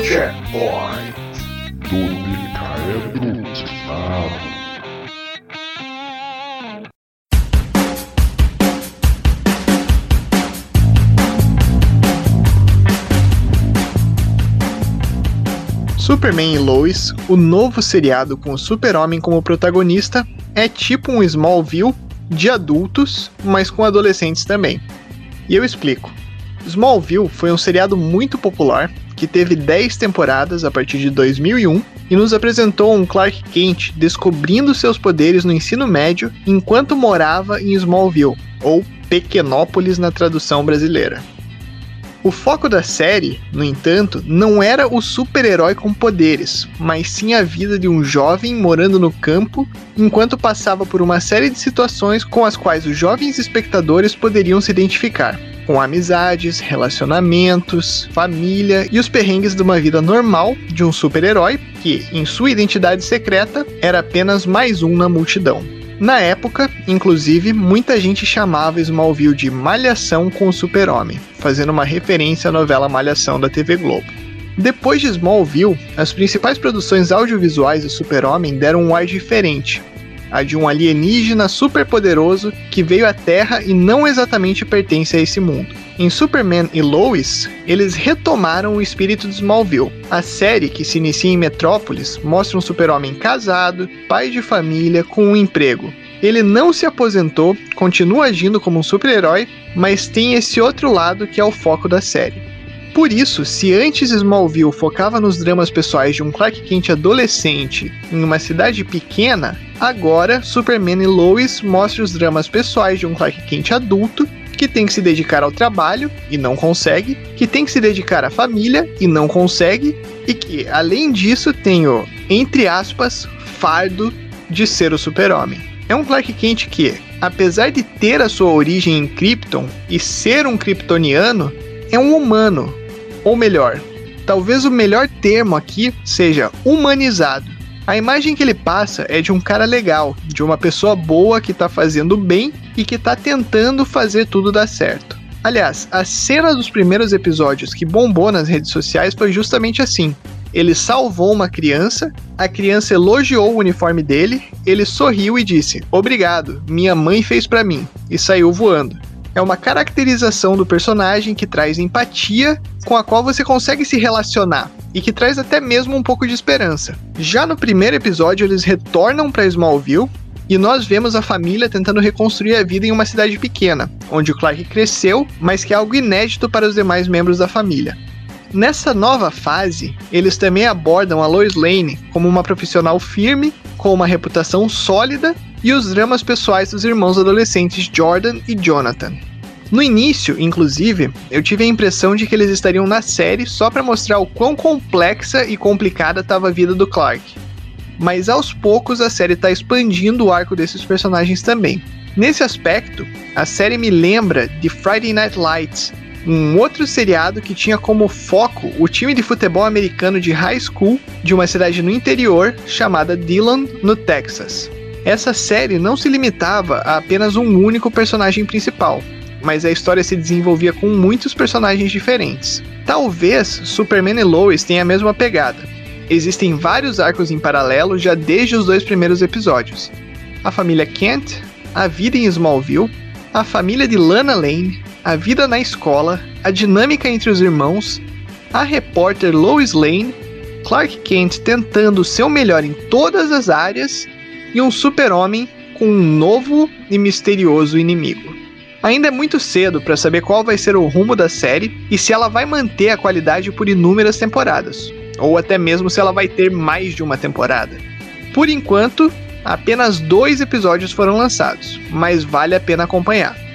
Checkpoint do Decaedro. Superman e Lois, o novo seriado com o Super-Homem como protagonista, é tipo um Smallville de adultos, mas com adolescentes também. E eu explico. Smallville foi um seriado muito popular, que teve 10 temporadas a partir de 2001, e nos apresentou um Clark Kent descobrindo seus poderes no ensino médio enquanto morava em Smallville, ou Pequenópolis na tradução brasileira. O foco da série, no entanto, não era o super-herói com poderes, mas sim a vida de um jovem morando no campo, enquanto passava por uma série de situações com as quais os jovens espectadores poderiam se identificar, com amizades, relacionamentos, família e os perrengues de uma vida normal de um super-herói que, em sua identidade secreta, era apenas mais um na multidão. Na época, inclusive, muita gente chamava Smallville de Malhação com o Super-Homem, fazendo uma referência à novela Malhação da TV Globo. Depois de Smallville, as principais produções audiovisuais do Super-Homem deram um ar diferente, a de um alienígena superpoderoso que veio à Terra e não exatamente pertence a esse mundo. Em Superman e Lois, eles retomaram o espírito de Smallville. A série, que se inicia em Metrópolis, mostra um super-homem casado, pai de família, com um emprego. Ele não se aposentou, continua agindo como um super-herói, mas tem esse outro lado que é o foco da série. Por isso, se antes Smallville focava nos dramas pessoais de um Clark Kent adolescente em uma cidade pequena, agora Superman e Lois mostra os dramas pessoais de um Clark Kent adulto que tem que se dedicar ao trabalho e não consegue, que tem que se dedicar à família e não consegue, e que, além disso, tem o, entre aspas, fardo de ser o super-homem. É um Clark Kent que, apesar de ter a sua origem em Krypton e ser um kryptoniano, é um humano. Ou melhor, talvez o melhor termo aqui seja humanizado. A imagem que ele passa é de um cara legal, de uma pessoa boa que tá fazendo bem e que tá tentando fazer tudo dar certo. Aliás, a cena dos primeiros episódios que bombou nas redes sociais foi justamente assim. Ele salvou uma criança, a criança elogiou o uniforme dele, ele sorriu e disse: "Obrigado, minha mãe fez pra mim", e saiu voando. É uma caracterização do personagem que traz empatia, com a qual você consegue se relacionar, e que traz até mesmo um pouco de esperança. Já no primeiro episódio, eles retornam para Smallville, e nós vemos a família tentando reconstruir a vida em uma cidade pequena, onde o Clark cresceu, mas que é algo inédito para os demais membros da família. Nessa nova fase, eles também abordam a Lois Lane como uma profissional firme, com uma reputação sólida, e os dramas pessoais dos irmãos adolescentes Jordan e Jonathan. No início, inclusive, eu tive a impressão de que eles estariam na série só para mostrar o quão complexa e complicada estava a vida do Clark. Mas aos poucos a série está expandindo o arco desses personagens também. Nesse aspecto, a série me lembra de Friday Night Lights, um outro seriado que tinha como foco o time de futebol americano de high school de uma cidade no interior chamada Dillon, no Texas. Essa série não se limitava a apenas um único personagem principal, mas a história se desenvolvia com muitos personagens diferentes. Talvez Superman e Lois tenham a mesma pegada. Existem vários arcos em paralelo já desde os 2 primeiros episódios. A família Kent, a vida em Smallville, a família de Lana Lane, a vida na escola, a dinâmica entre os irmãos, a repórter Lois Lane, Clark Kent tentando o seu melhor em todas as áreas e um super-homem com um novo e misterioso inimigo. Ainda é muito cedo para saber qual vai ser o rumo da série e se ela vai manter a qualidade por inúmeras temporadas, ou até mesmo se ela vai ter mais de uma temporada. Por enquanto, apenas 2 episódios foram lançados, mas vale a pena acompanhar.